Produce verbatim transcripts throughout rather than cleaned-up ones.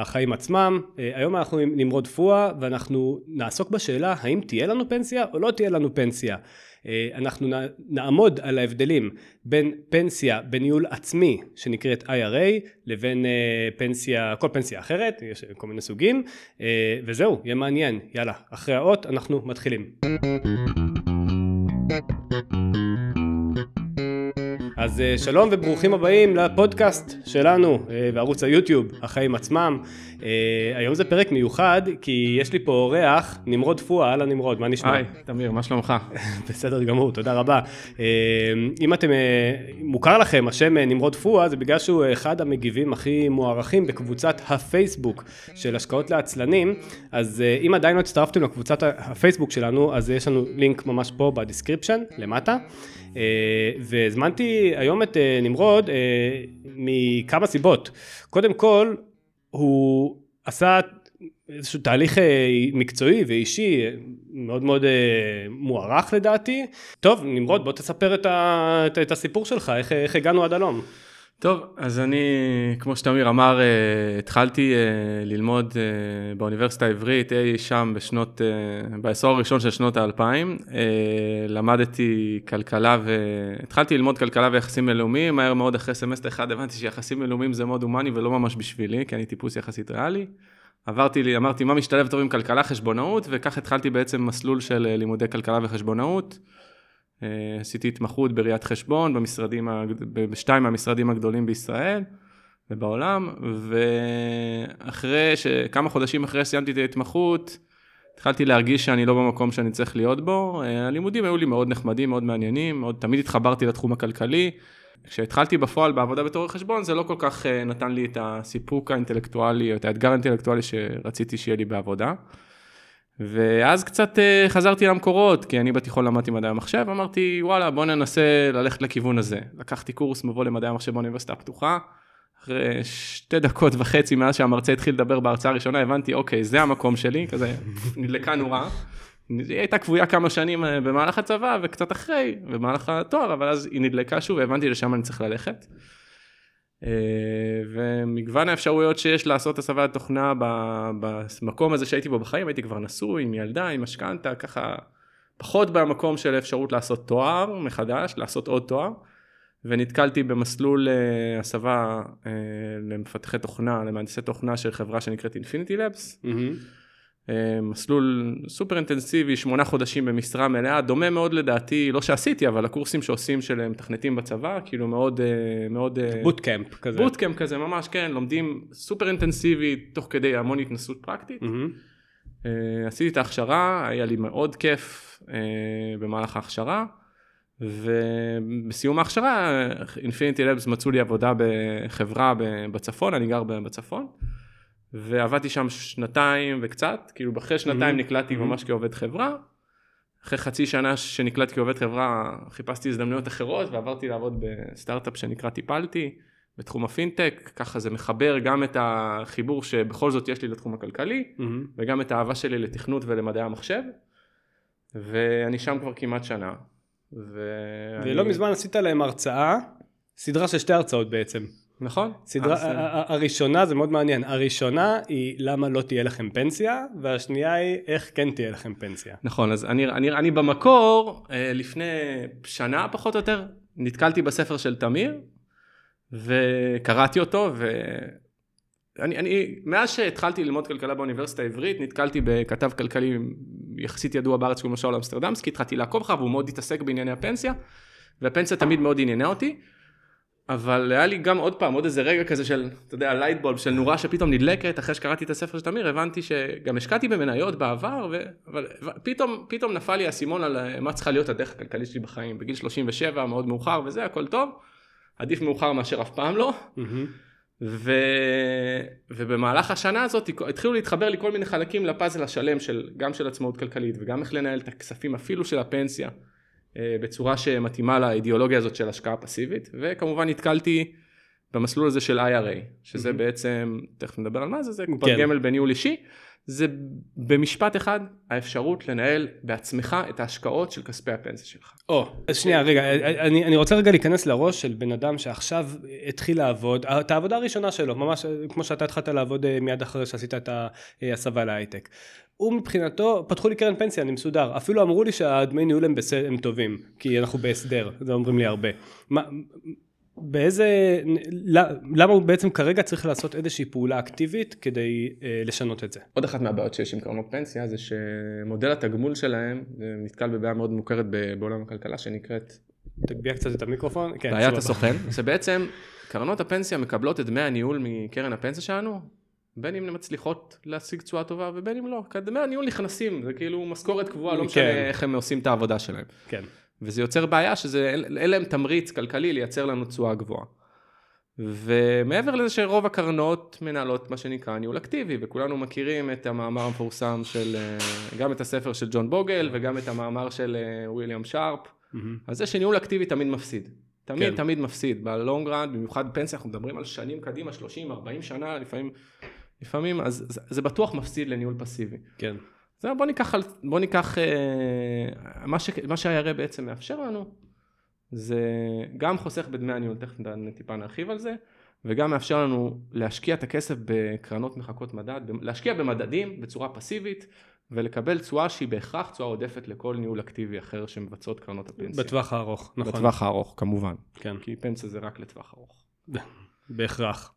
החיים עצמם. היום אנחנו עם נמרוד פואה, ואנחנו נעסוק בשאלה האם תהיה לנו פנסיה או לא תהיה לנו פנסיה. אנחנו נעמוד על ההבדלים בין פנסיה בניהול עצמי שנקראת איי אר איי לבין פנסיה, כל פנסיה אחרת, יש כל מיני סוגים, וזהו, יהיה מעניין. יאללה, אחרי האות אנחנו מתחילים. אז שלום וברוכים הבאים לפודקאסט שלנו בערוץ היוטיוב, החיים עצמם. היום זה פרק מיוחד כי יש לי פה אורח, נמרוד פואה. הלאה נמרוד, מה נשמע? היי, תמיר, מה שלומך? בסדר גמור, תודה רבה. אם אתם, מוכר לכם, השם נמרוד פואה, זה בגלל שהוא אחד המגיבים הכי מוערכים בקבוצת הפייסבוק של השקעות לעצלנים. אז אם עדיין לא הצטרפתם לקבוצת הפייסבוק שלנו, אז יש לנו לינק ממש פה בדיסקריפשן, למטה. והזמנתי היום את נמרוד מכמה סיבות. קודם כל, הוא עשה איזשהו תהליך מקצועי ואישי מאוד מאוד מוערך לדעתי. טוב, נמרוד, בוא תספר את, ה, את הסיפור שלך, איך, איך הגענו עד הלום. טוב, אז אני, כמו שתמיר אמר, התחלתי ללמוד באוניברסיטה העברית, אי שם בשנות, בעשור הראשון של שנות האלפיים. למדתי כלכלה והתחלתי ללמוד כלכלה ויחסים בינלאומיים. מהר מאוד אחרי סמסטר אחד הבנתי שיחסים בינלאומיים זה מאוד הומני ולא ממש בשבילי, כי אני טיפוס יחסית ריאלי. עברתי לי, אמרתי מה משתלב טוב עם כלכלה חשבונאות, וכך התחלתי בעצם מסלול של לימודי כלכלה וחשבונאות. עשיתי התמחות בראיית חשבון, במשרדים, בשתיים מהמשרדים הגדולים בישראל ובעולם, ואחרי שכמה חודשים אחרי סיימתי את ההתמחות, התחלתי להרגיש שאני לא במקום שאני צריך להיות בו. הלימודים היו לי מאוד נחמדים, מאוד מעניינים, מאוד, תמיד התחברתי לתחום הכלכלי. כשהתחלתי בפועל בעבודה בתור חשבון, זה לא כל כך נתן לי את הסיפוק האינטלקטואלי, או את האתגר האינטלקטואלי שרציתי שיהיה לי בעבודה. ואז קצת חזרתי למקורות, כי אני בתיכון למדתי מדעי המחשב, אמרתי, וואלה, בוא ננסה ללכת לכיוון הזה. לקחתי קורס מבוא למדעי המחשב באוניברסיטה הפתוחה, אחרי שתי דקות וחצי מאז שהמרצה התחיל לדבר בהרצאה הראשונה, הבנתי, אוקיי, זה המקום שלי, כזה נדלקה נורה. היא הייתה קבועה כמה שנים במהלך הצבא, וקצת אחרי, במהלך התואר, אבל אז היא נדלקה שוב, והבנתי לשם אני צריך ללכת. ומגוון האפשרויות שיש לעשות הסבת תוכנה במקום הזה שהייתי בו בחיים, הייתי כבר נשוי עם ילדה, עם משכנתה, ככה פחות במקום של אפשרות לעשות תואר מחדש, לעשות עוד תואר, ונתקלתי במסלול הסבה למפתחי תוכנה, למהנדסי תוכנה של חברה שנקראת Infinity Labs, מסלול סופר אינטנסיבי, שמונה חודשים במשרה מלאה, דומה מאוד לדעתי, לא שעשיתי, אבל הקורסים שעושים של מתכנתים בצבא, כאילו מאוד, מאוד... בוטקאמפ כזה. בוטקאמפ כזה, ממש, כן, לומדים סופר אינטנסיבי, תוך כדי המון התנסות פרקטית. Mm-hmm. עשיתי את ההכשרה, היה לי מאוד כיף במהלך ההכשרה, ובסיום ההכשרה, Infinity Labs מצאו לי עבודה בחברה בצפון, אני גר בצפון, ועבדתי שם שנתיים וקצת, כאילו אחרי שנתיים נקלטתי ממש כעובד חברה, אחרי חצי שנה שנקלטתי כעובד חברה, חיפשתי הזדמנויות אחרות, ועברתי לעבוד בסטארט-אפ שנקרא טיפלתי, בתחום הפינטק, ככה זה מחבר גם את החיבור שבכל זאת יש לי לתחום הכלכלי, וגם את האהבה שלי לתכנות ולמדעי המחשב, ואני שם כבר כמעט שנה. ולא מזמן עשית להם הרצאה, סדרה של שתי הרצאות בעצם. נכון. סדרה, הראשונה זה מאוד מעניין, הראשונה היא למה לא תהיה לכם פנסיה, והשנייה היא איך כן תהיה לכם פנסיה. נכון, אז אני, אני, אני במקור, לפני שנה פחות או יותר, נתקלתי בספר של תמיר, וקראתי אותו, ואני, אני, מאז שהתחלתי ללמוד כלכלה באוניברסיטה העברית, נתקלתי בכתב כלכלי יחסית ידוע בארץ, כמו שאול אמסטרדמסקי, התחלתי לעקוב אחריו, והוא מאוד התעסק בענייני הפנסיה, והפנסיה תמיד מאוד עניינה אותי, אבל היה לי גם עוד פעם, עוד איזה רגע כזה של, אתה יודע, לייטבולב של נורה שפתאום נדלקת, אחרי שקראתי את הספר של תמיר, הבנתי שגם השקעתי במניות בעבר, ו... אבל פתאום, פתאום נפל לי הסימון על מה צריכה להיות הדרך הכלכלית שלי בחיים, בגיל שלושים ושבע, מאוד מאוחר, וזה הכל טוב, עדיף מאוחר מאשר אף פעם לא, ו... ובמהלך השנה הזאת, התחילו להתחבר לי כל מיני חלקים לפאזל השלם, של... גם של עצמאות כלכלית, וגם איך לנהל את הכספים אפילו של הפנסיה, בצורה שמתאימה לאידיאולוגיה הזאת של השקעה פסיבית, וכמובן נתקלתי במסלול הזה של איי אר איי, שזה בעצם, תכף נדבר על מה זה, זה קופת גמל בניהול אישי, זה במשפט אחד, האפשרות לנהל בעצמך את ההשקעות של כספי הפנסיה שלך. או, אז שנייה, רגע, אני, אני רוצה רגע להיכנס לראש של בן אדם שעכשיו התחיל לעבוד, את העבודה הראשונה שלו, ממש כמו שאתה התחלת לעבוד מיד אחרי שעשית את ההסבה להייטק. הוא מבחינתו, פתחו לי קרן פנסיה, אני מסודר, אפילו אמרו לי שהדמי ניהול הם, בסדר, הם טובים, כי אנחנו בהסדר, זה אומרים לי הרבה. מה, באיזה, למה הוא בעצם כרגע צריך לעשות איזושהי פעולה אקטיבית כדי אה, לשנות את זה? עוד אחת מהבעיות שיש עם קרנות פנסיה זה שמודל התגמול שלהם נתקל בבעיה מאוד מוכרת בעולם הכלכלה שנקראת תגביה קצת את המיקרופון. כן, בעיית הסוכן. זה בעצם קרנות הפנסיה מקבלות את דמי הניהול מקרן הפנסיה שלנו, בין אם הן מצליחות להשיג תשואה טובה ובין אם לא. דמי הניהול נכנסים, זה כאילו משכורת קבועה, לא משנה איך הם עושים את העבודה שלהם. כן. וזה יוצר בעיה שזה, אין להם תמריץ כלכלי לייצר לנו תשואה גבוהה. ומעבר לזה שרוב הקרנות מנהלות מה שנקרא ניהול אקטיבי, וכולנו מכירים את המאמר המפורסם של, גם את הספר של ג'ון בוגל, וגם את המאמר של וויליאם שרפ, mm-hmm. אז זה שניהול אקטיבי תמיד מפסיד. תמיד, כן. תמיד מפסיד. בלונג רן, במיוחד בפנסיה, אנחנו מדברים על שנים קדימה, שלושים, ארבעים שנה, לפעמים, לפעמים, אז זה, זה בטוח מפסיד לניהול פסיבי. כן. אז בוא ניקח, בוא ניקח, מה ש, מה שה-איי אר איי בעצם מאפשר לנו, זה גם חוסך בדמי הניהול, תכף טיפה נרחיב על זה, וגם מאפשר לנו להשקיע את הכסף בקרנות מחקות מדד, להשקיע במדדים בצורה פסיבית, ולקבל תשואה שהיא בהכרח תשואה עודפת לכל ניהול אקטיבי אחר שמבצעות קרנות הפנסיה. בטווח הארוך, נכון. בטווח הארוך, כמובן. כן. כי פנסיה זה רק לטווח ארוך. בהכרח.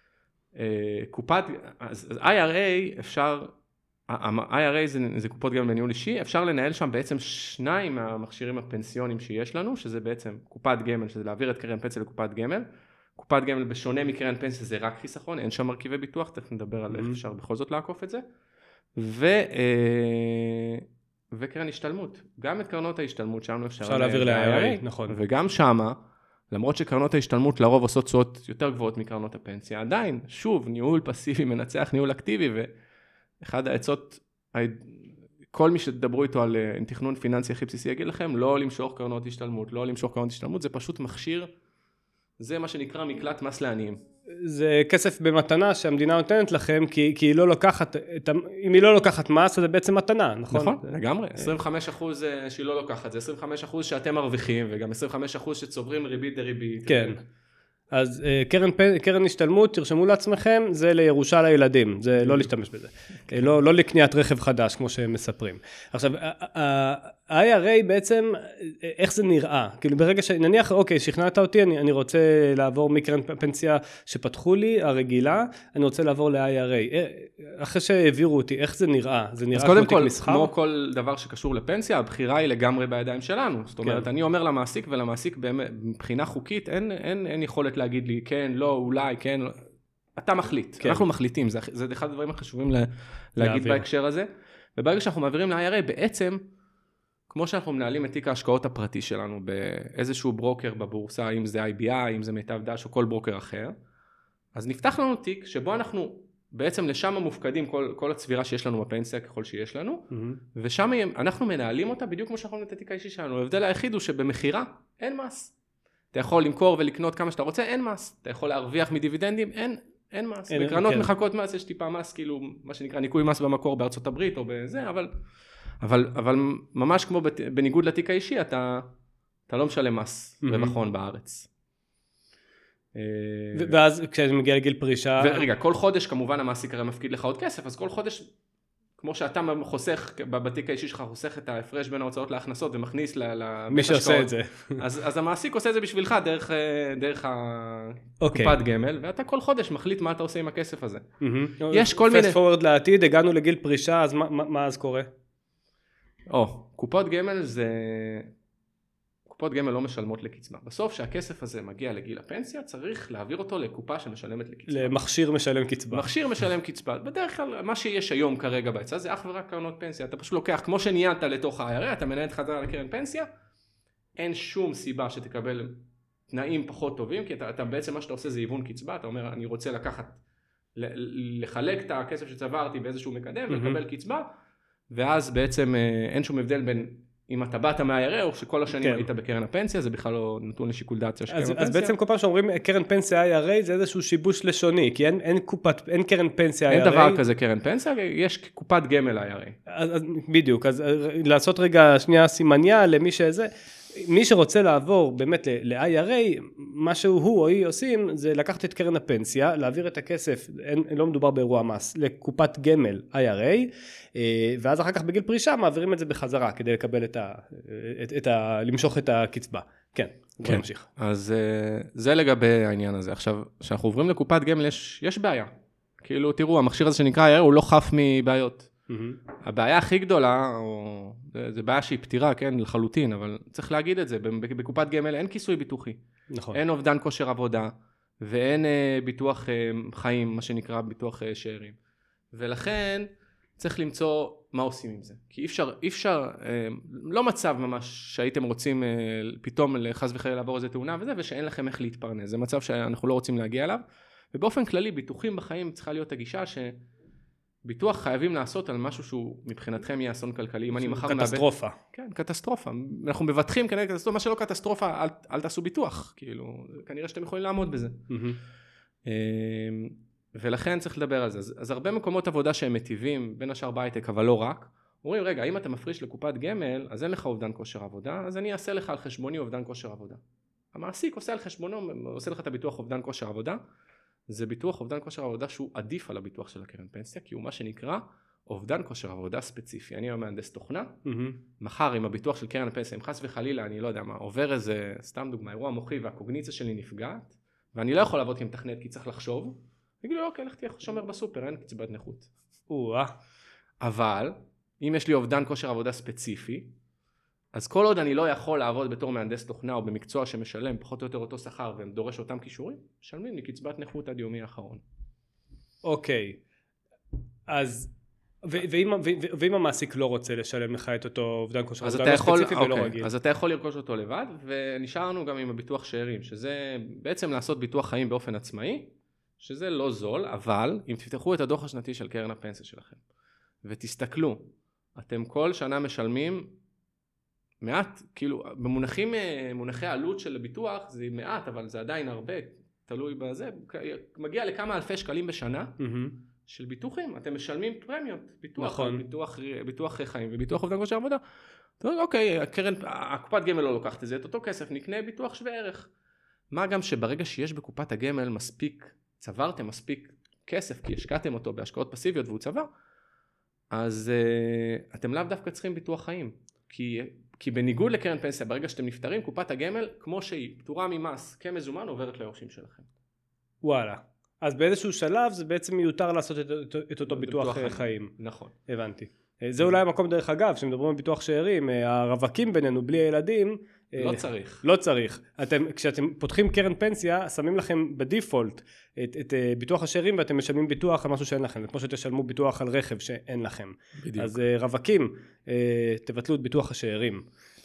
קופת, אז איי אר איי אפשר, ה-איי אר איי זה, זה קופות גמל בניהול אישי, אפשר לנהל שם בעצם שניים מהמכשירים הפנסיונים שיש לנו, שזה בעצם קופת גמל, שזה להעביר את קרן פנסיה לקופת גמל. קופת גמל בשונה מקרן פנסיה זה רק חיסכון, אין שם מרכיבי ביטוח, תכף נדבר על איך אפשר בכל זאת לעקוף את זה. ו, וקרן השתלמות, גם את קרנות ההשתלמות שלנו אפשר, אפשר להעביר ל-איי אר איי, נכון. וגם שמה, למרות שקרנות ההשתלמות לרוב עושות תשואות יותר גבוהות מקרנות הפנסיה, עדיין, שוב, ניהול פסיבי מנצח ניהול אקטיבי, ואחד העצות, כל מי שתדברו איתו על תכנון פיננסי הכי בסיסי יגיד לכם, לא למשוך קרנות השתלמות, לא למשוך קרנות השתלמות, זה פשוט מכשיר, זה מה שנקרא מקלט מס לעניים. זה כסף במתנה שהמדינה נותנת לכם, כי, כי היא לא לוקחת, את, אם היא לא לוקחת מס, אז זה בעצם מתנה, נכון? נכון, לגמרי. עשרים וחמישה אחוז שהיא לא לוקחת, זה עשרים וחמישה אחוז שאתם מרוויחים, וגם עשרים וחמישה אחוז שצוברים ריבית דריבית. כן. אז קרן, קרן השתלמות, תרשמו לעצמכם, זה לירושה לילדים, זה לא להשתמש בזה. לא, לא לקניית רכב חדש, כמו שהם מספרים. עכשיו, ה-איי אר איי בעצם, איך זה נראה? כאילו ברגע שנניח, אוקיי, שכנעת אותי, אני, אני רוצה לעבור מקרן פנסיה שפתחו לי, הרגילה, אני רוצה לעבור ל-איי אר איי. אחרי שהעבירו אותי, איך זה נראה? זה נראה כמו תיק מסחר? כמו כל דבר שקשור לפנסיה, הבחירה היא לגמרי בידיים שלנו. זאת אומרת, אני אומר למעסיק ולמעסיק, מבחינה חוקית, אין, אין, אין יכולת להגיד לי, כן, לא, אולי, כן, אתה מחליט. כן. אנחנו מחליטים, זה, זה אחד הדברים החשובים לה, להגיד בהקשר הזה. וברגע שאנחנו מעבירים ל-איי אר איי, בעצם, כמו שאנחנו מנהלים את תיק ההשקעות הפרטי שלנו, באיזשהו ברוקר בבורסה, אם זה איי בי איי, אם זה מיטב דש או כל ברוקר אחר, אז נפתח לנו תיק שבו אנחנו בעצם לשם מופקדים כל, כל הצבירה שיש לנו בפנסיה ככל שיש לנו, mm-hmm. ושם אנחנו מנהלים אותה בדיוק כמו שאנחנו מנהלים את התיק האישי שלנו. ההבדל היחיד הוא שבמחירה אין מס. אתה יכול למכור ולקנות כמה שאתה רוצה, אין מס. אתה יכול להרוויח מדיבידנדים, אין, אין מס. אין, בקרנות כן. מחכות מס יש טיפה מס, כאילו, מה שנקרא ניקוי מס במקור בארצות הברית או בזה, אבל, אבל, אבל ממש כמו בניגוד לתיק האישי, אתה, אתה לא משלם מס רווחון בארץ. ואז כשאני מגיע לגיל פרישה... ורגע, כל חודש כמובן המעסיק הרי מפקיד לך עוד כסף, אז כל חודש, כמו שאתה חוסך, בתיק האישי שלך חוסך את ההפרש בין ההוצאות להכנסות ומכניס לבית מי שעושה את זה. אז, אז המעסיק עושה את זה בשבילך דרך, דרך הקופת גמל, ואתה כל חודש מחליט מה אתה עושה עם הכסף הזה. יש כל מיני... פסט פורוורד לעתיד, הגענו לגיל פרישה, אז מה, מה אז קורה? או, קופות גמל זה... קופות גמל לא משלמות לקצבה. בסוף שהכסף הזה מגיע לגיל הפנסיה, צריך להעביר אותו לקופה שמשלמת לקצבה. למכשיר משלם קצבה. מכשיר משלם קצבה. בדרך כלל, מה שיש היום כרגע בהצעה, זה אך ורק קרנות פנסיה. אתה פשוט לוקח, כמו שניינת לתוך ה-איי אר איי, אתה מנהל חזרה לקרן פנסיה, אין שום סיבה שתקבל תנאים פחות טובים, כי אתה, אתה בעצם מה שאתה עושה זה היוון קצבה, אתה אומר, אני רוצה לקחת, לחלק את הכסף שצברתי באיזשהו מקדם, ולקבל קצבה, ואז בעצם אין שום הבדל בין אם אתה באת מה-איי אר איי, או שכל השנים כן. היית בקרן הפנסיה, זה בכלל לא נתון לשיקול דעת של קרן אז, הפנסיה. אז בעצם כל פעם שאומרים קרן פנסיה איי אר איי, זה איזשהו שיבוש לשוני, כי אין, אין, קופת, אין קרן פנסיה איי אר איי. אין דבר כזה קרן פנסיה, יש קופת גמל איי אר איי. אז, אז, בדיוק, אז לעשות רגע שנייה סימניה למי שזה, מי שרוצה לעבור באמת ל-איי אר איי, מה שהוא או היא עושים, זה לקחת את קרן הפנסיה, להעביר את הכסף, אין, לא מדובר באירוע מס, לקופת גמל איי אר איי, ואז אחר כך בגיל פרישה מעבירים את זה בחזרה, כדי לקבל את ה... את, את ה למשוך את הקצבה. כן, בוא נמשיך. אז זה לגבי העניין הזה. עכשיו, כשאנחנו עוברים לקופת גמל, יש, יש בעיה. כאילו, תראו, המכשיר הזה שנקרא איי אר איי, הוא לא חף מבעיות. Mm-hmm. הבעיה הכי גדולה, או, זה, זה בעיה שהיא פתירה, כן, לחלוטין, אבל צריך להגיד את זה, בקופת גמל אין כיסוי ביטוחי. נכון. אין אובדן כושר עבודה, ואין אה, ביטוח אה, חיים, מה שנקרא ביטוח אה, שאירים. ולכן צריך למצוא מה עושים עם זה. כי אי אפשר, אי אפשר, אה, לא מצב ממש שהייתם רוצים אה, פתאום לחס וחלילה לעבור איזה תאונה וזה, ושאין לכם איך להתפרנס. זה מצב שאנחנו לא רוצים להגיע אליו. ובאופן כללי, ביטוחים בחיים צריכה להיות הגישה ש... ביטוח חייבים לעשות על משהו שהוא מבחינתכם יהיה אסון כלכלי. אם אני מחר מאבד... קטסטרופה. כן, קטסטרופה. אנחנו מבטחים כנראה קטסטרופה, מה שלא קטסטרופה, אל, אל תעשו ביטוח. כאילו, כנראה שאתם יכולים לעמוד בזה. Mm-hmm. ולכן צריך לדבר על זה. אז, אז הרבה מקומות עבודה שהם מטיבים, בין השאר בהייטק, אבל לא רק, אומרים, רגע, אם אתה מפריש לקופת גמל, אז אין לך אובדן כושר עבודה, אז אני אעשה לך על חשבוני אובדן כושר עבודה. המעסיק עושה על חשבונו, עושה לך את הביטוח אובדן כושר עבודה, זה ביטוח אובדן כושר עבודה שהוא עדיף על הביטוח של הקרן פנסיה, כי הוא מה שנקרא אובדן כושר עבודה ספציפי. אני מהנדס תוכנה, mm-hmm. מחר עם הביטוח של קרן הפנסיה, אם חס וחלילה, אני לא יודע מה, עובר איזה, סתם דוגמה, אירוע מוחי והקוגניציה שלי נפגעת, ואני לא יכול לעבוד כמתכנת כי צריך לחשוב, אני אגיד לו, אוקיי, לך תהיה שומר בסופר, אין קצבת נכות. או-אה. אבל, אם יש לי אובדן כושר עבודה ספציפי, אז כל עוד אני לא יכול לעבוד בתור מהנדס תוכנה או במקצוע שמשלם פחות או יותר אותו שכר והם דורש אותם כישורים, משלמים לי קצבת נכות עד יומי האחרון. אוקיי. אז, ואם, ואם המעסיק לא רוצה לשלם לך את אותו אובדן כושר עבודה ספציפי ולא רגיל? אז אתה יכול לרכוש אותו לבד, ונשארנו גם עם הביטוח שאירים, שזה בעצם לעשות ביטוח חיים באופן עצמאי, שזה לא זול, אבל אם תפתחו את הדוח השנתי של קרן הפנסיה שלכם, ותסתכלו, אתם כל שנה משלמים מעט, כאילו, במונחים, מונחי העלות של הביטוח, זה מעט, אבל זה עדיין הרבה, תלוי בזה, מגיע לכמה אלפי שקלים בשנה, mm-hmm. של ביטוחים, אתם משלמים פרמיות, ביטוח, נכון. ביטוח, ביטוח חיים וביטוח אובדן כושר עבודה. אוקיי, הקרן, הקופת גמל לא לוקחת את זה, את אותו כסף נקנה ביטוח שווה ערך. מה גם שברגע שיש בקופת הגמל מספיק, צברתם מספיק כסף, כי השקעתם אותו בהשקעות פסיביות והוא צבר, אז uh, אתם לאו דווקא צריכים ביטוח חיים. כי, כי בניגוד לקרן פנסיה, ברגע שאתם נפטרים, קופת הגמל, כמו שהיא פטורה ממס כמזומן, עוברת ליורשים שלכם. וואלה. אז באיזשהו שלב זה בעצם מיותר לעשות את, את, את אותו ביטוח, ביטוח חיים. חיים. נכון. הבנתי. זה אולי המקום דרך אגב, כשמדברים על ביטוח שאירים, הרווקים בינינו בלי הילדים, לא צריך. לא צריך. אתם, כשאתם פותחים קרן פנסיה, שמים לכם בדיפולט את, את ביטוח השאירים, ואתם משלמים ביטוח על משהו שאין לכם, כמו שתשלמו ביטוח על רכב שאין לכם. בדיוק. אז רווקים, תבטלו את ביטוח השאירים,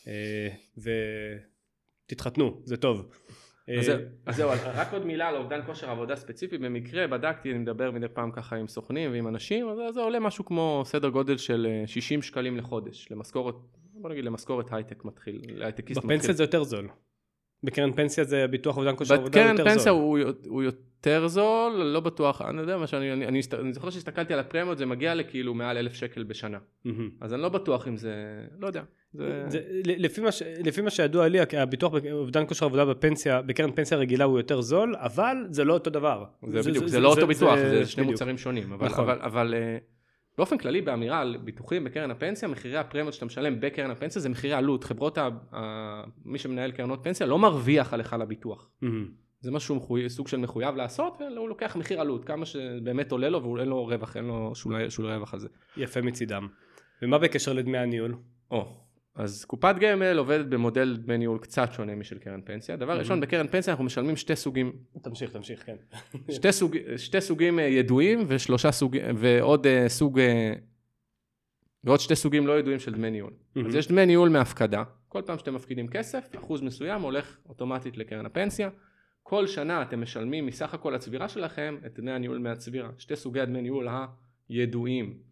ותתחתנו, זה טוב. אז זהו, רק עוד מילה על אובדן כושר עבודה ספציפי, במקרה בדקתי, אני מדבר מדי פעם ככה עם סוכנים ועם אנשים, אז זה עולה משהו כמו סדר גודל של שישים שקלים לחודש, למשכורת, בוא נגיד למשכורת הייטק מתחיל, להייטקיסט מתחיל. בפנסיה זה יותר זול. בקרן פנסיה זה ביטוח אובדן כושר עבודה יותר זול. בקרן פנסיה הוא יותר זול, לא בטוח, אני יודע מה שאני, אני זוכר שהסתכלתי על הפרמיות, זה מגיע לכאילו מעל אלף שקל בשנה. אז אני לא בטוח אם זה, לא יודע. לפי מה שידוע לי, הביטוח באובדן כושר עבודה בפנסיה, בקרן פנסיה רגילה הוא יותר זול, אבל זה לא אותו דבר. זה בדיוק, זה לא אותו ביטוח, זה שני מוצרים שונים. אבל באופן כללי, באמירה על ביטוחים בקרן הפנסיה, מחירי הפרמיות שאתה משלם בקרן הפנסיה, זה מחירי עלות. חברות, מי שמנהל קרנות פנסיה, לא מרוויח עליך לביטוח. זה משהו סוג של מחויב לעשות, והוא לוקח מחיר עלות, כמה שבאמת עולה לו, ואין לו רווח, אין לו שום רווח על זה. יפה מצידם. ומה בקשר לדמי הניהול? או, אז קופת גמל עובדת במודל דמי ניהול קצת שונה משל קרן פנסיה. דבר ראשון, בקרן פנסיה אנחנו משלמים שתי סוגים. תמשיך, תמשיך, כן. שתי סוג, שתי סוגים ידועים ושלושה סוגים, ועוד סוג, ועוד שתי סוגים לא ידועים של דמי ניהול. אז יש דמי ניהול מהפקדה. כל פעם שאתם מפקידים כסף, אחוז מסוים הולך אוטומטית לקרן הפנסיה. כל שנה אתם משלמים מסך הכל הצבירה שלכם את דמי הניהול מהצבירה. שתי סוגי הדמי ניהול הידועים.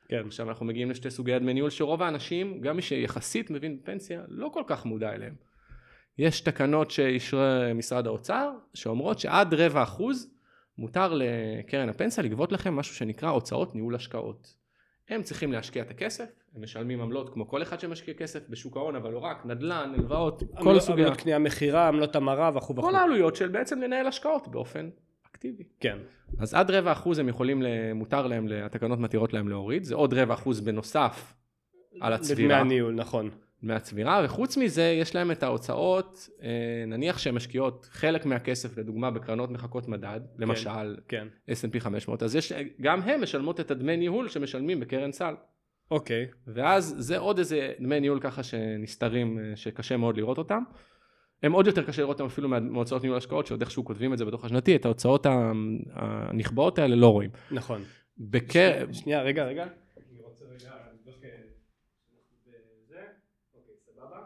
כן. עכשיו אנחנו מגיעים לשתי סוגי דמי ניהול שרוב האנשים, גם מי שיחסית מבין פנסיה, לא כל כך מודע אליהם. יש תקנות שאישר משרד האוצר, שאומרות שעד רבע אחוז מותר לקרן הפנסיה לגבות לכם משהו שנקרא הוצאות ניהול השקעות. הם צריכים להשקיע את הכסף, הם משלמים עמלות כמו כל אחד שמשקיע כסף בשוק ההון, אבל לא רק, נדל"ן, הלוואות, כל סוגיה. עמלות קנייה מחירה, עמלות המרה וכו' וכו'. כל העלויות של בעצם לנהל השקעות באופן אקטיבי. כן. אז עד רבע אחוז הם יכולים, מותר להם, התקנות מתירות להם להוריד, זה עוד רבע אחוז בנוסף על הצבירה. דמי הניהול, נכון. מהצבירה, וחוץ מזה יש להם את ההוצאות, נניח שהן משקיעות חלק מהכסף, לדוגמה בקרנות מחכות מדד, למשל כן. אס אנד פי חמש מאות, אז יש, גם הם משלמות את הדמי ניהול שמשלמים בקרן סל. אוקיי. ואז זה עוד איזה דמי ניהול ככה שנסתרים, שקשה מאוד לראות אותם. הם עוד יותר קשה לראות אותם אפילו מההוצאות ניהול השקעות, שעוד איכשהו כותבים את זה בדוח השנתי, את ההוצאות הנכבאות האלה לא רואים. נכון. בקר... שנייה, רגע, רגע. אני רוצה רגע, לבדוק בזה. אוקיי, סבבה.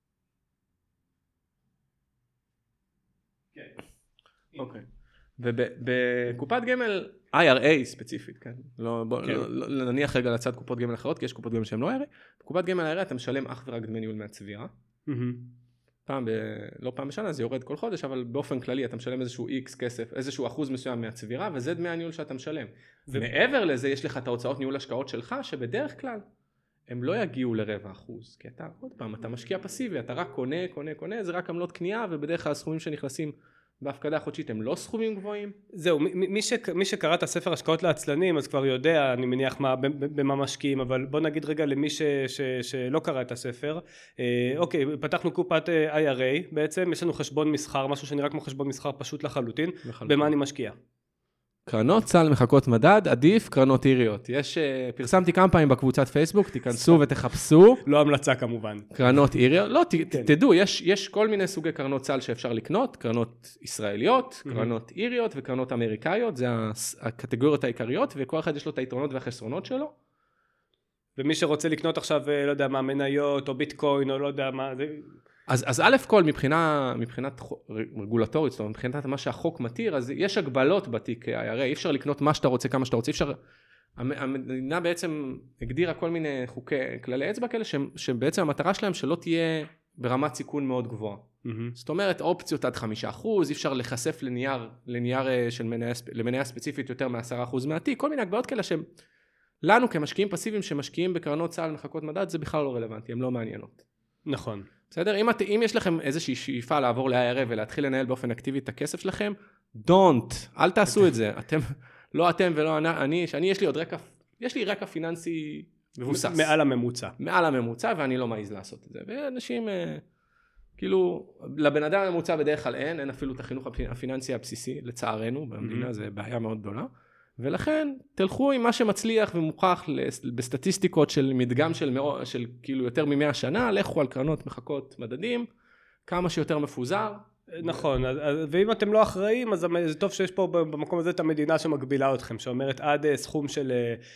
כן. אוקיי. ובקופת גמל איי אר איי ספציפית, כן? לא, בוא, כן. לא, לא, נניח רגע לצד קופות גמל אחרות, כי יש קופות גמל שהן לא איי אר איי. בקופת גמל איי אר איי אתה משלם אך ורק דמי ניהול מהצבירה. פעם ב... לא פעם בשנה, זה יורד כל חודש, אבל באופן כללי אתה משלם איזשהו X כסף, איזשהו אחוז מסוים מהצבירה, וזה דמי הניהול שאתה משלם. ומעבר לזה יש לך את ההוצאות ניהול השקעות שלך, שבדרך כלל הם לא יגיעו לרבע אחוז, כי אתה, עוד פעם, אתה משקיע פסיבי, אתה רק קונה, קונה, קונה, זה רק עמלות קנייה, ובדרך כלל הסכומים שנכנסים בהפקדה החודשית הם לא סכומים גבוהים. זהו, מי, ש, מי שקרא את הספר השקעות לעצלנים, אז כבר יודע, אני מניח, מה, במה משקיעים, אבל בוא נגיד רגע למי ש, ש, שלא קרא את הספר. אה, אוקיי, פתחנו קופת איי אר איי, בעצם יש לנו חשבון מסחר, משהו שנראה כמו חשבון מסחר פשוט לחלוטין. לחלוטין. במה אני משקיע? קרנות סל מחכות מדד, עדיף קרנות איריות. יש, פרסמתי כמה פעמים בקבוצת פייסבוק, תיכנסו ותחפשו. לא המלצה כמובן. קרנות איריות, לא, ת, כן. תדעו, יש, יש כל מיני סוגי קרנות סל שאפשר לקנות, קרנות ישראליות, קרנות mm-hmm. איריות וקרנות אמריקאיות, זה הקטגוריות העיקריות, וכל אחד יש לו את היתרונות והחסרונות שלו. ומי שרוצה לקנות עכשיו, לא יודע מה, מניות או ביטקוין או לא יודע מה, זה... אז, אז א' כל, מבחינה, מבחינת רגולטורית, זאת אומרת, מבחינת מה שהחוק מתיר, אז יש הגבלות בתיק איי אר איי, אי אפשר לקנות מה שאתה רוצה, כמה שאתה רוצה, אי אפשר, המדינה בעצם הגדירה כל מיני חוקי, כללי אצבע כאלה, שבעצם המטרה שלהם שלא תהיה ברמת סיכון מאוד גבוהה. Mm-hmm. זאת אומרת, אופציות עד חמישה אחוז, אי אפשר לחשף לנייר, לנייר של מניה, למניה ספציפית יותר מ-עשרה אחוז מהתיק, כל מיני הגבלות כאלה שהם, לנו כמשקיעים פסיביים שמשקיעים בקרנות סל מחכות מדד, זה בכלל לא רלוונטי, הם לא מעניינות. נכון. בסדר? אם, אם יש לכם איזושהי שאיפה לעבור ל-איי אר איי ולהתחיל לנהל באופן אקטיבי את הכסף שלכם, don't, אל תעשו את זה. אתם, לא אתם ולא אני, שאני, יש לי עוד רקע, יש לי רקע פיננסי מבוסס. מעל הממוצע. מעל הממוצע, ואני לא מעז לעשות את זה. ואנשים, כאילו, לבן אדם הממוצע בדרך כלל אין, אין אפילו את החינוך הפיננסי הבסיסי, לצערנו, במדינה זה בעיה מאוד גדולה. ולכן תלכו עם מה שמצליח ומוכח בסטטיסטיקות של מדגם של, מאו, של כאילו יותר ממאה שנה, לכו על קרנות מחכות מדדים, כמה שיותר מפוזר. נכון, ואם אתם לא אחראים, אז זה טוב שיש פה במקום הזה את המדינה שמגבילה אתכם, שאומרת עד סכום של,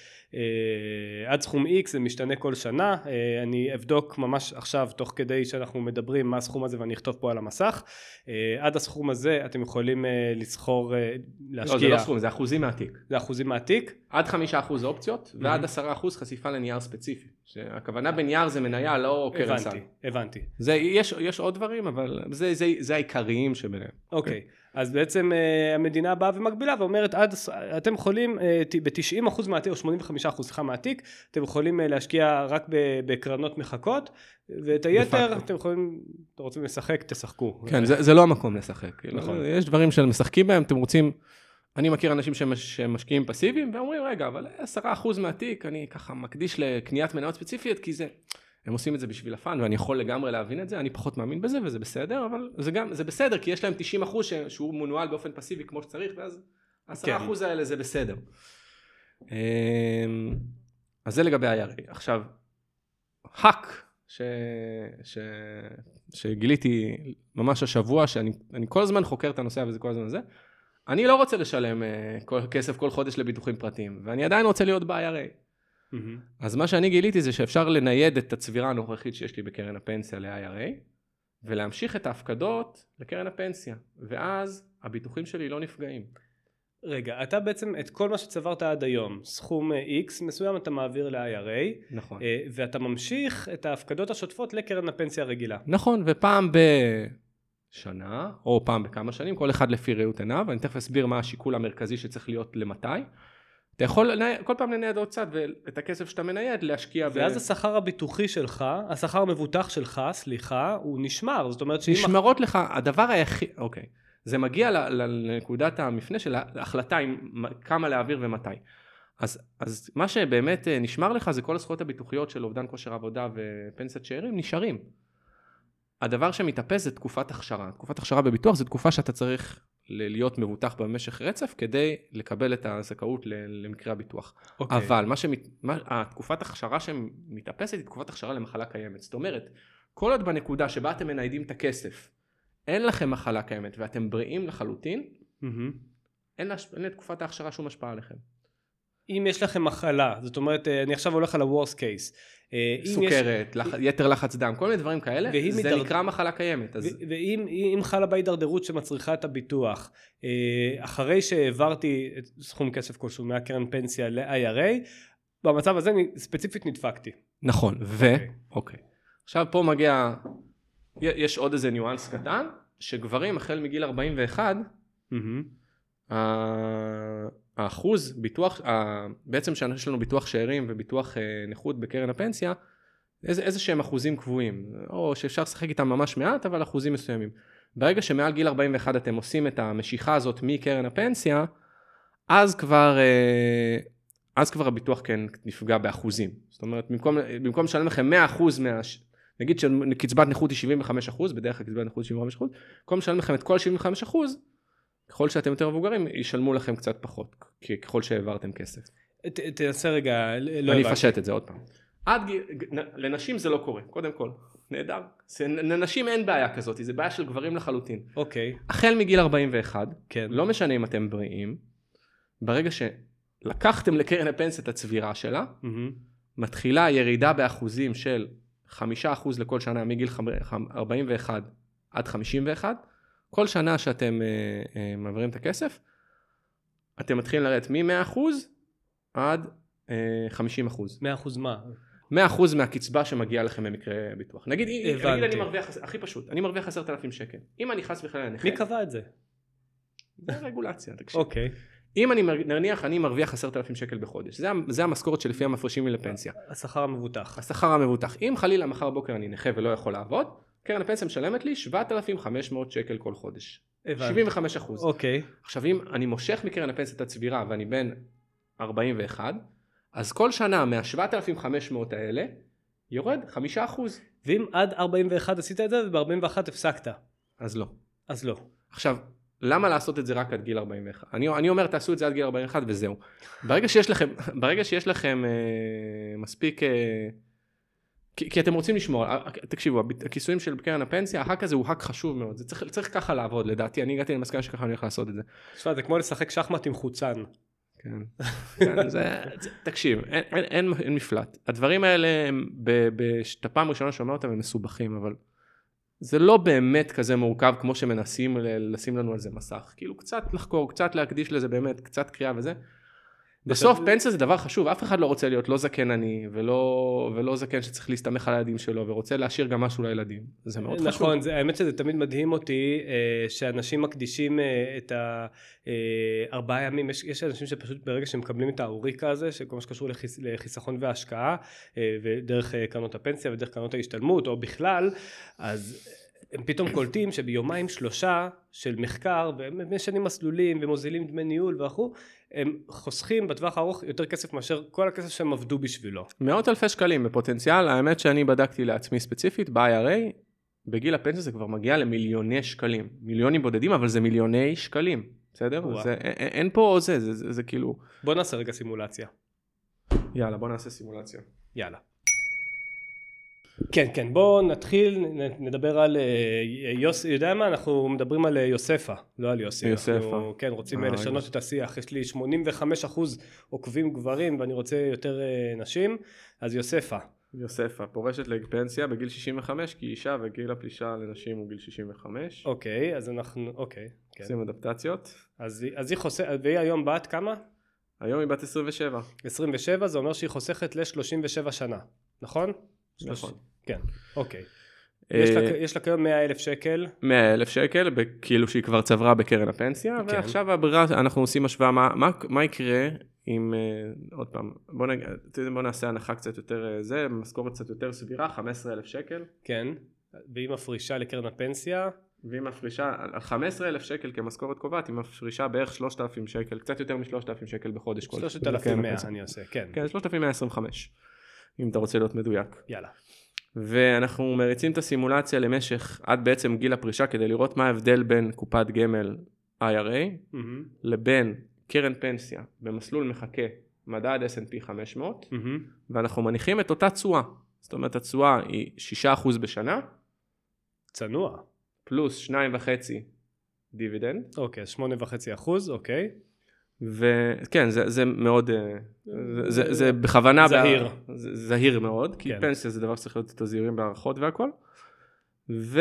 עד סכום X, זה משתנה כל שנה, אני אבדוק ממש עכשיו, תוך כדי שאנחנו מדברים מה הסכום הזה, ואני אכתוב פה על המסך, עד הסכום הזה אתם יכולים לסחור, להשקיע. לא, זה לא סכום, זה אחוזים מהתיק. זה אחוזים מהתיק. עד חמישה אחוז אופציות, ועד עשרה אחוז חשיפה לנייר ספציפי. הכוונה בנייר זה מניה, לא קרן סל. הבנתי, הבנתי. זה, יש, יש עוד דברים, אבל זה, זה, זה העיקריים שביניהם. אוקיי. אז בעצם המדינה באה ומגבילה ואומרת, עד, אתם יכולים ב-תשעים אחוז מהתיק, או שמונים וחמישה אחוז מהתיק, אתם יכולים להשקיע רק בקרנות מחכות, ואת היתר אתם יכולים, אתם רוצים לשחק, תשחקו. כן, זה, זה לא המקום לשחק. נכון. יש דברים של משחקים בהם, אתם רוצים, אני מכיר אנשים שמשקיעים פסיביים, ואומרים, רגע, אבל עשרה אחוז מהתיק, אני ככה מקדיש לקניית מניות ספציפיות, כי זה... הם עושים את זה בשביל הפן, ואני יכול לגמרי להבין את זה, אני פחות מאמין בזה, וזה בסדר, אבל זה גם, זה בסדר, כי יש להם תשעים אחוז שהוא מנוהל באופן פסיבי כמו שצריך, ואז עשרה אחוז האלה זה בסדר. אז זה לגבי ה-איי אר איי. עכשיו, האק, ש... ש... שגיליתי ממש השבוע, שאני אני כל הזמן חוקר את הנושא, וזה כל הזמן הזה, אני לא רוצה לשלם כל, כסף כל חודש לביטוחים פרטיים, ואני עדיין רוצה להיות ב-איי אר איי. Mm-hmm. אז מה שאני גיליתי זה שאפשר לנייד את הצבירה הנוכחית שיש לי בקרן הפנסיה ל-איי אר איי, ולהמשיך את ההפקדות לקרן הפנסיה, ואז הביטוחים שלי לא נפגעים. רגע, אתה בעצם את כל מה שצברת עד היום, סכום X מסוים אתה מעביר ל-איי אר איי, נכון. ואתה ממשיך את ההפקדות השוטפות לקרן הפנסיה הרגילה. נכון, ופעם בשנה, או פעם בכמה שנים, כל אחד לפי ראות עיניו, אני תכף אסביר מה השיקול המרכזי שצריך להיות למתי. אתה יכול כל פעם לנייד עוד צד, ואת הכסף שאתה מנייד להשקיע. ואז ב... השכר הביטוחי שלך, השכר המבוטח שלך, סליחה, הוא נשמר. זאת אומרת שאם... נשמרות לך, הדבר היחיד, אוקיי. זה מגיע לנקודת המפנה של ההחלטה עם כמה להעביר ומתי. אז, אז מה שבאמת נשמר לך זה כל הזכויות הביטוחיות של אובדן כושר עבודה ופנסיית שאירים נשארים. הדבר שמתאפס זה תקופת הכשרה. תקופת הכשרה בביטוח זה תקופה שאתה צריך להיות מבוטח במשך רצף כדי לקבל את הזכאות למקרה הביטוח. Okay. אבל מה שמת, מה, התקופת הכשרה שמתאפסת היא תקופת הכשרה למחלה קיימת. זאת אומרת, כל עוד בנקודה שבה אתם מניידים את הכסף, אין לכם מחלה קיימת ואתם בריאים לחלוטין, mm-hmm. אין, לה, אין לתקופת ההכשרה שום השפעה עליכם. אם יש לכם מחלה, זאת אומרת, אני עכשיו הולך על ה-worst case. סוכרת, יש... לח... יתר לחץ דם, כל מיני דברים כאלה, זה מתרד... נקרא מחלה קיימת. אז... ו- ואם חלה בהידרדרות שמצריכה את הביטוח, אחרי שהעברתי את סכום כסף כלשהו מהקרן פנסיה ל-איי אר איי, במצב הזה אני ספציפית נדפקתי. נכון, ו... אוקיי. אוקיי. עכשיו פה מגיע, יש עוד איזה ניואנס קטן, שגברים החל מגיל ארבעים ואחת, mm-hmm. האחוז ביטוח, בעצם שיש לנו ביטוח שאירים וביטוח נכות בקרן הפנסיה, איזה, איזה שהם אחוזים קבועים, או שאפשר לשחק איתם ממש מעט, אבל אחוזים מסוימים. ברגע שמעל גיל ארבעים ואחת אתם עושים את המשיכה הזאת מקרן הפנסיה, אז כבר, אז כבר הביטוח כן נפגע באחוזים. זאת אומרת, במקום, במקום לשלם לכם מאה אחוז מה... נגיד שקצבת נכות היא שבעים וחמישה אחוז, בדרך כלל קצבת נכות היא שבעים וחמישה אחוז, במקום לשלם לכם את כל שבעים וחמישה אחוז, ככל שאתם יותר מבוגרים, ישלמו לכם קצת פחות, ככל שהעברתם כסף. תנסה רגע, לא אני אפשט את זה עוד פעם. עד גיל, לנשים זה לא קורה, קודם כל, נהדר. לנשים אין בעיה כזאת, זה בעיה של גברים לחלוטין. אוקיי. החל מגיל ארבעים ואחת, כן. לא משנה אם אתם בריאים, ברגע שלקחתם לקרן הפנסיה את הצבירה שלה, מתחילה ירידה באחוזים של חמישה אחוז לכל שנה, מגיל ארבעים ואחת עד חמישים ואחת, כל שנה שאתם uh, uh, מעבירים את הכסף, אתם מתחילים לרדת מ-מאה אחוז עד uh, חמישים אחוז. מאה אחוז מה? מאה אחוז מהקצבה שמגיעה לכם במקרה ביטוח. נגיד, נגיד אני מרוויח, הכי פשוט, אני מרוויח עשרת אלפים שקל. אם אני חס וחלילה נכה... מי קבע את זה? זה רגולציה, תקשיב. אוקיי. אם אני נניח, אני מרוויח עשרת אלפים שקל בחודש. זה, זה המשכורת שלפי המפרשים לי לפנסיה. השכר המבוטח. השכר המבוטח. אם חלילה מחר בוקר אני נכה ולא יכול לעבוד, קרן הפנסיה משלמת לי שבעת אלפים וחמש מאות שקל כל חודש. שבעים וחמישה אחוז. אוקיי. עכשיו אם אני מושך מקרן הפנסיה את הצבירה ואני בן ארבעים ואחת, אז כל שנה מה-שבעת אלפים וחמש מאות האלה יורד חמישה אחוז. ואם עד ארבעים ואחת עשית את זה וב-ארבעים ואחת הפסקת? אז לא. אז לא. עכשיו, למה לעשות את זה רק עד גיל ארבעים ואחת? אני, אני אומר תעשו את זה עד גיל ארבעים ואחת וזהו. ברגע שיש לכם, ברגע שיש לכם אה, מספיק... אה, כי, כי אתם רוצים לשמור, תקשיבו, הכיסויים של קרן הפנסיה, ההק הזה הוא האק חשוב מאוד, זה צריך, צריך ככה לעבוד, לדעתי, אני הגעתי למסקנה שככה אני הולך לעשות את זה. תשמע, זה כמו לשחק שחמט עם חוצן. כן, כן זה, זה, תקשיב, אין, אין, אין, אין מפלט. הדברים האלה, בשת הפעם ראשונה שאומר אותם, הם מסובכים, אבל זה לא באמת כזה מורכב, כמו שמנסים לשים לנו על זה מסך. כאילו, קצת לחקור, קצת להקדיש לזה באמת, קצת קריאה וזה. בסוף פנסיה זה דבר חשוב, אף אחד לא רוצה להיות לא זקן אני, ולא, ולא זקן שצריך להסתמך על הילדים שלו, ורוצה להשאיר גם משהו לילדים. זה מאוד חשוב. נכון, זה, האמת שזה תמיד מדהים אותי, שאנשים מקדישים את הארבעה ימים, יש, יש אנשים שפשוט ברגע שמקבלים את האוריקה הזה, שכל מה שקשור לחיס, לחיסכון והשקעה, ודרך קרנות הפנסיה ודרך קרנות ההשתלמות, או בכלל, אז... הם פתאום קולטים שביומיים שלושה של מחקר, והם משנים מסלולים ומוזילים דמי ניהול ואחו, הם חוסכים בטווח הארוך יותר כסף מאשר כל הכסף שהם עבדו בשבילו. מאות אלפי שקלים בפוטנציאל, האמת שאני בדקתי לעצמי ספציפית, ב-איי אר איי, בגיל הפנסיה זה כבר מגיע למיליוני שקלים. מיליונים בודדים, אבל זה מיליוני שקלים. בסדר? זה, אין, אין פה זה, זה, זה, זה כאילו... בוא נעשה רגע סימולציה. יאללה, בוא נעשה סימולציה. יאללה. כן, כן, בואו נתחיל, נדבר על יוס, יודע מה, אנחנו מדברים על יוספה, לא על יוסי. יוספה. אנחנו, כן, רוצים אה, לשנות יוס. את השיח, יש לי שמונים וחמישה אחוז עוקבים גברים ואני רוצה יותר נשים, אז יוספה. יוספה, פורשת לפנסיה בגיל שישים וחמש, כי אישה וגיל הפלישה לנשים הוא גיל שישים וחמש. אוקיי, אז אנחנו, אוקיי, כן. עושים אדפטציות. אז, אז היא חוסכת, והיא היום בת כמה? היום היא בת עשרים ושבע. עשרים ושבע, זה אומר שהיא חוסכת ל-שלושים ושבע שנה, נכון? נכון. כן, אוקיי. יש לה, יש לה כיום מאה אלף שקל. מאה אלף שקל, כאילו שהיא כבר צברה בקרן הפנסיה, כן. ועכשיו הברירה, אנחנו עושים השוואה, מה, מה, מה יקרה אם, עוד פעם, בוא, נג, בוא נעשה הנחה קצת יותר, זה, משכורת קצת יותר סבירה, חמישה עשר אלף שקל. כן, והיא מפרישה לקרן הפנסיה. והיא מפרישה, על חמישה עשר אלף שקל כמשכורת קובעת, היא מפרישה בערך שלושת אלפים שקל, קצת יותר מ-שלושת אלפים שקל בחודש. שלושת אלפים ומאה אני עושה, כן. כן, שלושת אלפים מאה עשרים וחמש, אם אתה רוצה להיות מדויק. יאללה. ואנחנו מריצים את הסימולציה למשך עד בעצם גיל הפרישה, כדי לראות מה ההבדל בין קופת גמל איי אר איי, mm-hmm. לבין קרן פנסיה במסלול מחכה מדד אס אנד פי חמש מאות, mm-hmm. ואנחנו מניחים את אותה תשואה. זאת אומרת, התשואה היא שישה אחוז בשנה. צנוע. פלוס שניים וחצי דיבידנד. אוקיי, שמונה וחצי אחוז, אוקיי. וכן, זה, זה מאוד, זה, זה, זה בכוונה, זהיר. בה, זה, זהיר מאוד, כי כן. פנסיה זה דבר שצריך להיות את הזהירים בערכות והכל. ו,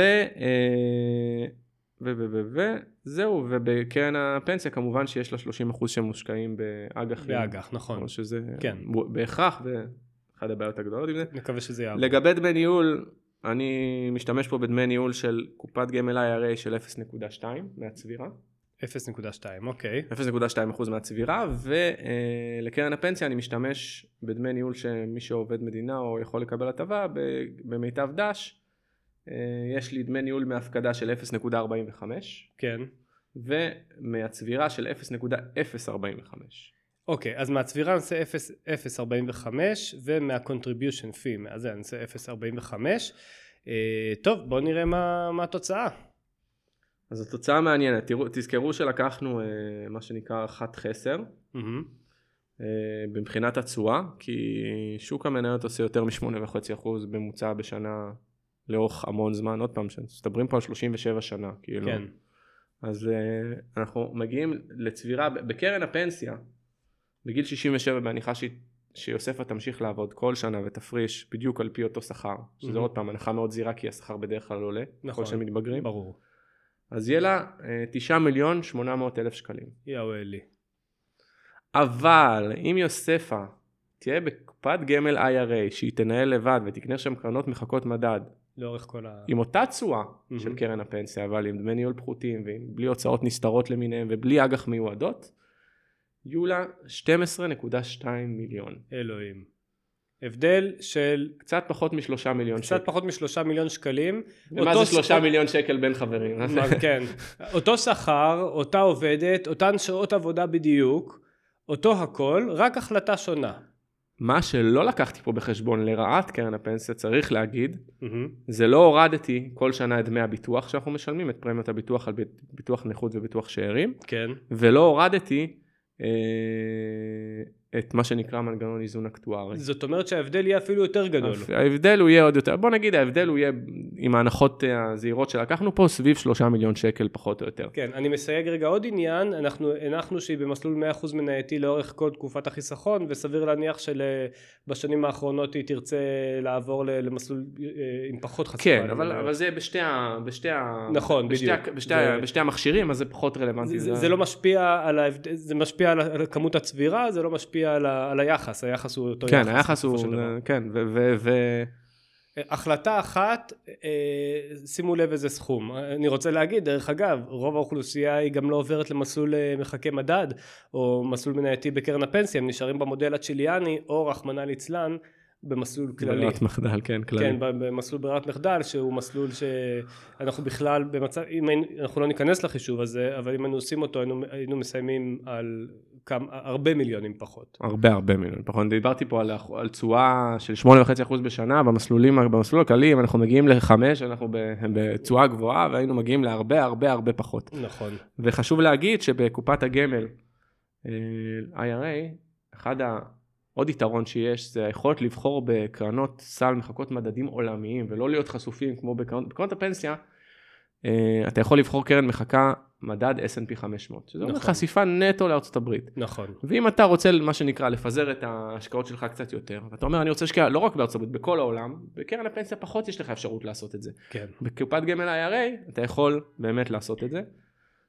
ו, ו, ו, ו, זהו, ובקרן הפנסיה כמובן שיש לה שלושים אחוז שמושקעים באג"ח. באג"ח, נכון. שזה כן. בהכרח, ואחד הבעיות הגדולות. נקווה שזה יעבור. לגבי דמי ניהול, אני משתמש פה בדמי ניהול של קופת גמל איי אר איי של אפס נקודה שתיים מהצבירה. אפס נקודה שתיים, אוקיי. אפס נקודה שתיים אחוז מהצבירה, ולקרן הפנסיה אני משתמש בדמי ניהול שמי שעובד מדינה או יכול לקבל הטבה, במיטב דש, יש לי דמי ניהול מהפקדה של אפס נקודה ארבעים וחמש. כן. ומהצבירה של אפס נקודה אפס ארבעים וחמש. אוקיי, אז מהצבירה אני עושה אפס נקודה ארבעים וחמש, ומהcontribution fee, מהזה אני עושה אפס נקודה ארבעים וחמש. טוב, בואו נראה מה, מה התוצאה. אז התוצאה מעניינת, תראו, תזכרו שלקחנו אה, מה שנקרא הערכת חסר, mm-hmm. אה, מבחינת התשואה, כי שוק המניות עושה יותר מ-שמונה נקודה חמש אחוז בממוצע בשנה לאורך המון זמן, עוד פעם, שתדברים פה על שלושים ושבע שנה, כאילו. כן. אז אה, אנחנו מגיעים לצבירה, בקרן הפנסיה, בגיל שישים ושבע בהניחה ש... שיוספה תמשיך לעבוד כל שנה ותפריש בדיוק על פי אותו שכר, שזה mm-hmm. עוד פעם הנחה מאוד זהירה, כי השכר בדרך כלל עולה, נכון, כל שמתבגרים. ברור. אז יהיה לה תשעה מיליון שמונה מאות אלף שקלים. יאו אלי. אבל אם יוספה תהיה בקופת גמל איי אר איי שהיא תנהל לבד ותקנה שם קרנות מחכות מדד, לאורך כל ה... עם אותה תשואה mm-hmm. של קרן הפנסיה, אבל עם דמי ניהול פחותים ובלי הוצאות נסתרות למיניהם ובלי אג"ח מיועדות, יהיו לה שתים עשרה נקודה שתיים מיליון. אלוהים. הבדל של קצת פחות משלושה מיליון שקל. קצת פחות משלושה מיליון שקלים. ומה זה שלושה מיליון שקל בין חברים? כן. אותו שכר, אותה עובדת, אותן שעות עבודה בדיוק, אותו הכל, רק החלטה שונה. מה שלא לקחתי פה בחשבון לרעת קרן הפנסיה, צריך להגיד, זה לא הורדתי כל שנה את דמי הביטוח שאנחנו משלמים, את פרמיות הביטוח על ביטוח נכות וביטוח שאירים. כן. ולא הורדתי את מה שנקרא מנגנון איזון אקטוארי. זאת אומרת שההבדל יהיה אפילו יותר גדול. ההבדל הוא יהיה עוד יותר, בוא נגיד ההבדל הוא יהיה עם ההנחות הזהירות שלקחנו פה סביב שלושה מיליון שקל פחות או יותר. כן, אני מסייג רגע עוד עניין, אנחנו הנחנו שהיא במסלול מאה אחוז מנייתי לאורך כל תקופת החיסכון, וסביר להניח שבשנים האחרונות היא תרצה לעבור למסלול עם פחות חשיפה. כן, אבל, אבל זה בשתי ה... בשתי ה... נכון, בשתי, בדיוק. בשתי, זה... בשתי המכשירים, אז זה פחות רלוונטי. זה, זה, זה לא משפיע על ההבדל, זה משפיע על כמות הצבירה, זה לא משפיע על, ה, על היחס, היחס הוא אותו כן, יחס. כן, היחס הוא, כן, ו... ו, ו... החלטה אחת, שימו לב איזה סכום. אני רוצה להגיד, דרך אגב, רוב האוכלוסייה היא גם לא עוברת למסלול מחכה מדד, או מסלול מנייתי בקרן הפנסיה, הם נשארים במודל הצ'יליאני, או רחמנא ליצלן, במסלול כללי. ברירת מחדל, כן, כללי. כן, במסלול ברירת מחדל, שהוא מסלול שאנחנו בכלל במצב, אם אנחנו לא ניכנס לחישוב הזה, אבל אם היינו עושים אותו, היינו, היינו מסיימים על כמה, הרבה מיליונים פחות. הרבה הרבה מיליונים פחות. דיברתי פה על, על תשואה של שמונה נקודה חמש אחוז בשנה, במסלולים, במסלול הכללי, אם אנחנו מגיעים לחמש, אנחנו בתשואה גבוהה, והיינו מגיעים להרבה הרבה הרבה פחות. נכון. וחשוב להגיד שבקופת הגמל, איי אר איי, אחד ה... עוד יתרון שיש, זה היכולת לבחור בקרנות סל מחכות מדדים עולמיים, ולא להיות חשופים כמו בקרנות, בקרנות הפנסיה, אתה יכול לבחור קרן מחכה מדד אס אנד פי חמש מאות, שזה נכון. חשיפה נטו לארצות הברית. נכון. ואם אתה רוצה, מה שנקרא, לפזר את ההשקעות שלך קצת יותר, ואתה אומר, אני רוצה להשקיע לא רק בארצות הברית, בכל העולם, בקרן הפנסיה פחות יש לך אפשרות לעשות את זה. כן. בקופת גמל איי אר איי, אתה יכול באמת לעשות את זה.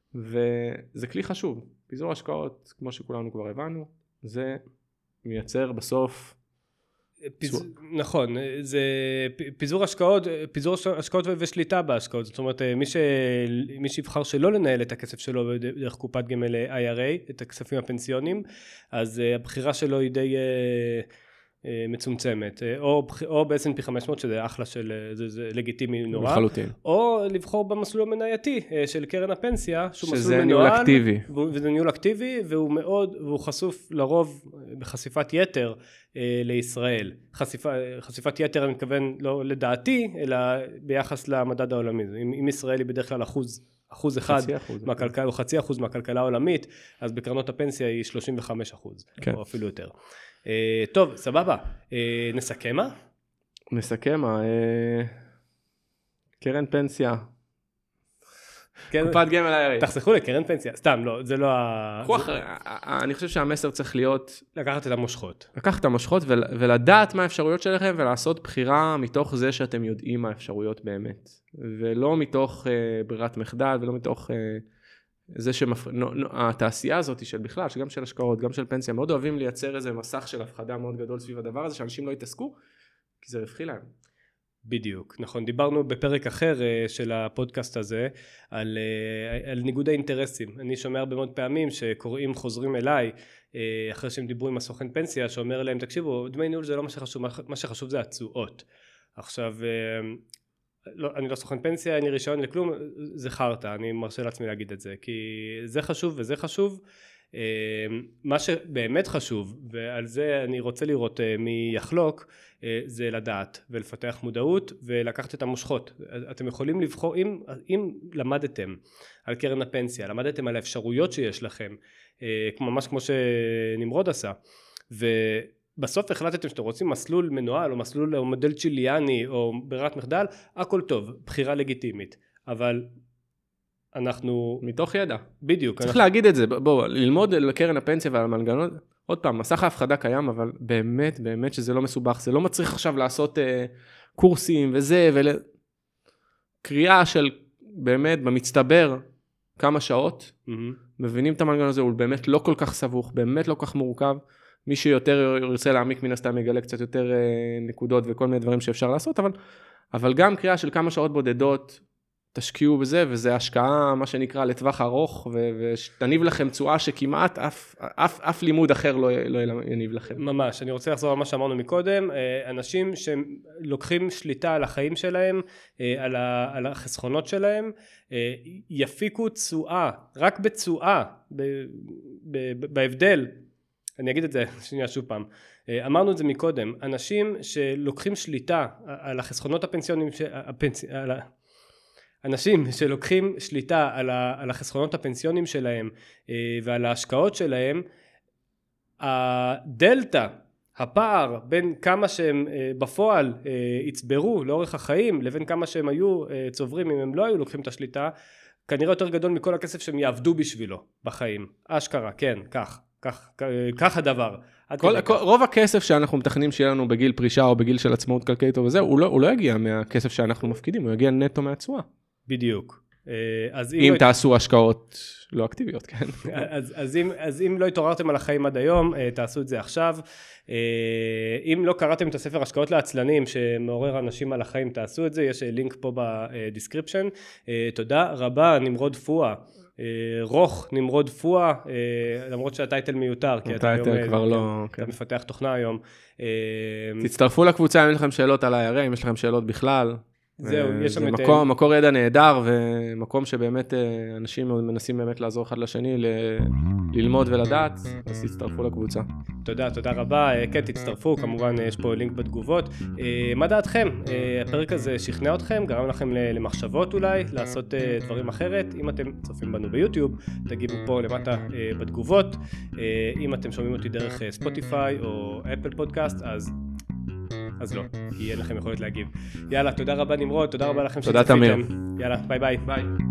וזה כלי חשוב. פיזור השקעות, כמו שכולנו כבר הבנו, זה מייצר בסוף... פיז... נכון, זה פיזור השקעות, פיזור השקעות ושליטה בהשקעות. זאת אומרת, מי, ש... מי שיבחר שלא לנהל את הכסף שלו דרך קופת גמל איי אר איי, את הכספים הפנסיונים, אז הבחירה שלו היא די מצומצמת. או, או בעצם פי חמש מאות, שזה אחלה של, זה, זה לגיטימי נורא. לחלוטין. או לבחור במסלול המנייתי של קרן הפנסיה, שהוא מסלול שזה מנוהל, ניהול אקטיבי. וזה ניהול אקטיבי, והוא מאוד, והוא חשוף לרוב בחשיפת יתר לישראל. חשיפה, חשיפת יתר אני מתכוון לא לדעתי, אלא ביחס למדד העולמי. אם, אם ישראל היא בדרך כלל אחוז, אחוז אחד מהכלכלה, או חצי אחוז מהכלכלה העולמית, אז בקרנות הפנסיה היא שלושים וחמישה אחוז, כן. או אפילו יותר. טוב, סבבה. נסכם מה? נסכם מה? קרן פנסיה. קופת גמל איי אר איי. תחסכו לקרן פנסיה. סתם, לא, זה לא ה... אני חושב שהמסר צריך להיות... לקחת את המושכות. לקחת את המושכות ולדעת מה האפשרויות שלכם ולעשות בחירה מתוך זה שאתם יודעים מה האפשרויות באמת. ולא מתוך ברירת מחדל ולא מתוך... זה שהתעשייה הזאת של בכלל, שגם של השקעות, גם של פנסיה, מאוד אוהבים לייצר איזה מסך של הפחדה מאוד גדול סביב הדבר הזה, שאנשים לא יתעסקו, כי זה רווחי להם. בדיוק, נכון. דיברנו בפרק אחר של הפודקאסט הזה, על, על ניגוד האינטרסים. אני שומע הרבה מאוד פעמים שקוראים חוזרים אליי, אחרי שהם דיברו עם הסוכן פנסיה, שאומר להם, תקשיבו, דמי ניהול זה לא מה שחשוב, מה שחשוב זה התשואות. עכשיו... לא, אני לא סוכן פנסיה, אין לי רישיון לכלום, זה חרטה, אני מרשה לעצמי להגיד את זה, כי זה חשוב וזה חשוב. מה שבאמת חשוב, ועל זה אני רוצה לראות מי יחלוק, זה לדעת ולפתח מודעות ולקחת את המושכות. אתם יכולים לבחור, אם, אם למדתם על קרן הפנסיה, למדתם על האפשרויות שיש לכם, ממש כמו שנמרוד עשה, ו... בסוף החלטתם שאתם רוצים מסלול מנוהל, או מסלול או מודל צ'יליאני, או ברירת מחדל, הכל טוב, בחירה לגיטימית. אבל אנחנו... מתוך ידע. בדיוק. צריך אנחנו... להגיד את זה, בואו, ללמוד על קרן הפנסיה ועל המנגנון, עוד פעם, מסך ההפחדה קיים, אבל באמת, באמת שזה לא מסובך, זה לא מצריך עכשיו לעשות אה, קורסים וזה, ול... קריאה של באמת במצטבר כמה שעות, mm-hmm. מבינים את המנגנון הזה, הוא באמת לא כל כך סבוך, באמת לא כל כך מורכב, מי שיותר ירצה להעמיק מן הסתם יגלה קצת יותר נקודות וכל מיני דברים שאפשר לעשות, אבל, אבל גם קריאה של כמה שעות בודדות, תשקיעו בזה, וזה השקעה, מה שנקרא, לטווח ארוך, ותניב לכם תשואה שכמעט אף, אף, אף לימוד אחר לא, לא יניב לכם. ממש, אני רוצה לחזור על מה שאמרנו מקודם, אנשים שלוקחים שליטה על החיים שלהם, על, ה, על החסכונות שלהם, יפיקו תשואה, רק בתשואה, ב, ב, בהבדל, אני אגיד את זה שנייה שוב פעם, אמרנו את זה מקודם, אנשים שלוקחים שליטה על החסכונות הפנסיונים, הפנסי, על ה... אנשים שלוקחים שליטה על, ה... על החסכונות הפנסיונים שלהם ועל ההשקעות שלהם, הדלטה, הפער בין כמה שהם בפועל יצברו לאורך החיים, לבין כמה שהם היו צוברים אם הם לא היו לוקחים את השליטה, כנראה יותר גדול מכל הכסף שהם יעבדו בשבילו בחיים. אשכרה, כן, כך. כך, כך הדבר. כל, כל, רוב הכסף שאנחנו מתכננים שיהיה לנו בגיל פרישה או בגיל של עצמאות כלכלית וזה, הוא לא, הוא לא יגיע מהכסף שאנחנו מפקידים, הוא יגיע נטו מהתשואה. בדיוק. אז אם לא... תעשו השקעות לא אקטיביות, כן. אז, אז, אם, אז אם לא התעוררתם על החיים עד היום, תעשו את זה עכשיו. אם לא קראתם את הספר השקעות לעצלנים שמעורר אנשים על החיים, תעשו את זה, יש לינק פה בדיסקריפשן. תודה רבה, נמרוד פואה. רוך נמרוד פואה, למרות שהטייטל מיותר, כי אתה היום כבר לא, אתה מפתח תוכנה היום. תצטרפו לקבוצה אם יש לכם שאלות על ה-איי אר איי, אם יש לכם שאלות בכלל. זהו, יש שם את... מקום, מקור ידע נהדר, ומקום שבאמת אנשים מנסים באמת לעזור אחד לשני, ללמוד ולדעת, אז תצטרפו לקבוצה. תודה, תודה רבה. כן, תצטרפו, כמובן יש פה לינק בתגובות. מה דעתכם? הפרק הזה שכנע אתכם, גרם לכם למחשבות אולי, לעשות דברים אחרת. אם אתם צופים בנו ביוטיוב, תגיבו פה למטה בתגובות. אם אתם שומעים אותי דרך ספוטיפיי או אפל פודקאסט, אז... אז לא, כי אין לכם יכולת להגיב. יאללה, תודה רבה נמרוד, תודה רבה לכם שצפיתם. יאללה, ביי ביי. ביי.